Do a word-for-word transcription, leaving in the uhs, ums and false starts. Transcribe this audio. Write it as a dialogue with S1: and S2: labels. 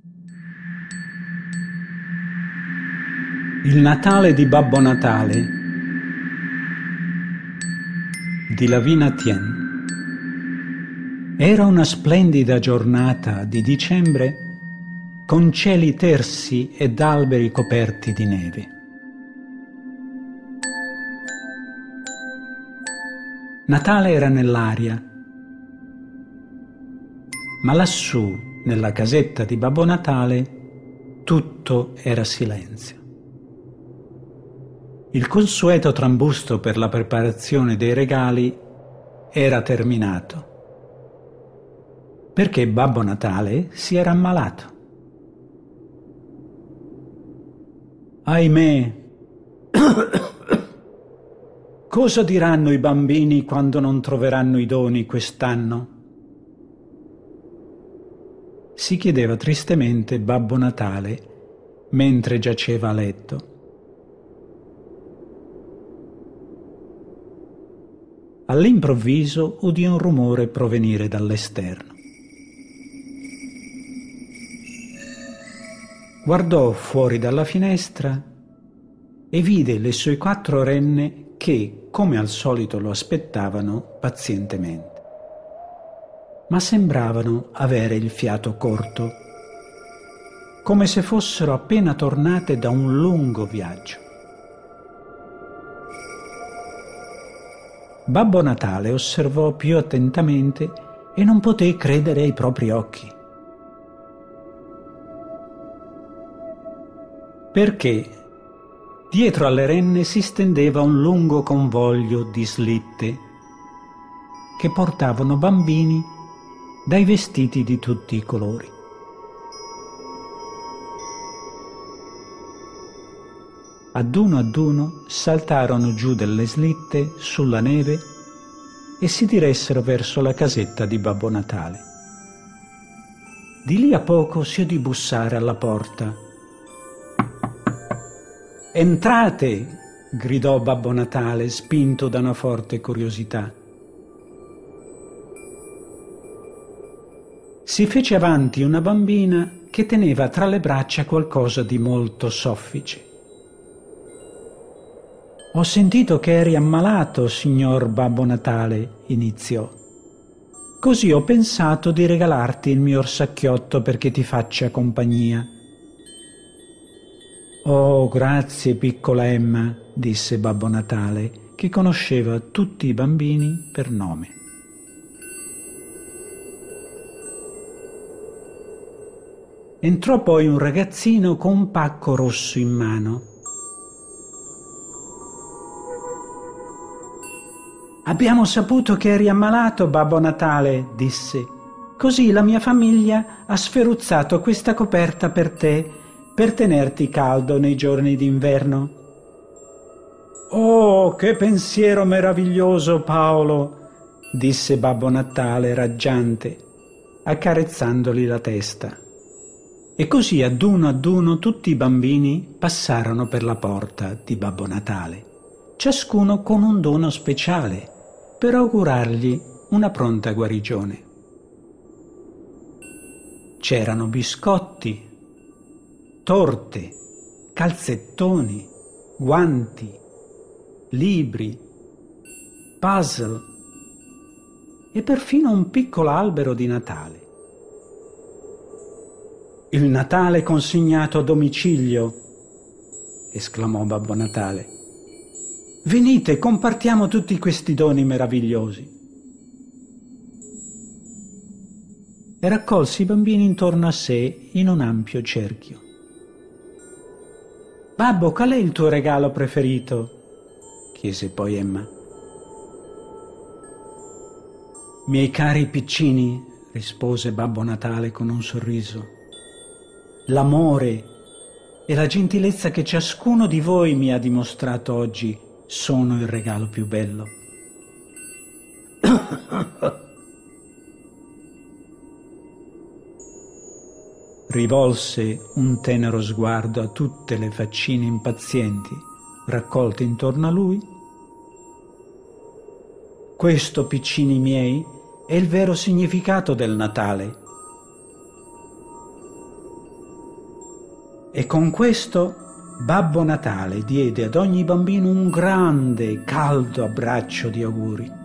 S1: Il Natale di Babbo Natale di Lavina Tien. Era una splendida giornata di dicembre con cieli tersi ed alberi coperti di neve. Natale era nell'aria, ma lassù, nella casetta di Babbo Natale, tutto era silenzio. Il consueto trambusto per la preparazione dei regali era terminato, perché Babbo Natale si era ammalato. Ahimè, cosa diranno i bambini quando non troveranno i doni quest'anno? Si chiedeva tristemente Babbo Natale mentre giaceva a letto. All'improvviso udì un rumore provenire dall'esterno. Guardò fuori dalla finestra e vide le sue quattro renne che, come al solito, lo aspettavano pazientemente. Ma sembravano avere il fiato corto, come se fossero appena tornate da un lungo viaggio. Babbo Natale osservò più attentamente e non poté credere ai propri occhi. Perché dietro alle renne si stendeva un lungo convoglio di slitte che portavano bambini dai vestiti di tutti i colori. Ad uno ad uno saltarono giù delle slitte sulla neve e si diressero verso la casetta di Babbo Natale. Di lì a poco si udì bussare alla porta. «Entrate!» gridò Babbo Natale, spinto da una forte curiosità. Si fece avanti una bambina che teneva tra le braccia qualcosa di molto soffice. «Ho sentito che eri ammalato, signor Babbo Natale», iniziò. «Così ho pensato di regalarti il mio orsacchiotto perché ti faccia compagnia». «Oh, grazie, piccola Emma», disse Babbo Natale, che conosceva tutti i bambini per nome. Entrò poi un ragazzino con un pacco rosso in mano. «Abbiamo saputo che eri ammalato, Babbo Natale», disse. «Così la mia famiglia ha sferuzzato questa coperta per te, per tenerti caldo nei giorni d'inverno». «Oh, che pensiero meraviglioso, Paolo», disse Babbo Natale raggiante, accarezzandogli la testa. E così ad uno ad uno tutti i bambini passarono per la porta di Babbo Natale, ciascuno con un dono speciale, per augurargli una pronta guarigione. C'erano biscotti, torte, calzettoni, guanti, libri, puzzle e perfino un piccolo albero di Natale. «Il Natale consegnato a domicilio», esclamò Babbo Natale. «Venite, compartiamo tutti questi doni meravigliosi». E raccolse i bambini intorno a sé in un ampio cerchio. «Babbo, qual è il tuo regalo preferito?» chiese poi Emma. «Miei cari piccini», rispose Babbo Natale con un sorriso, «l'amore e la gentilezza che ciascuno di voi mi ha dimostrato oggi sono il regalo più bello». Rivolse un tenero sguardo a tutte le faccine impazienti raccolte intorno a lui. «Questo, piccini miei, è il vero significato del Natale. E con questo Babbo Natale diede ad ogni bambino un grande, caldo abbraccio di auguri.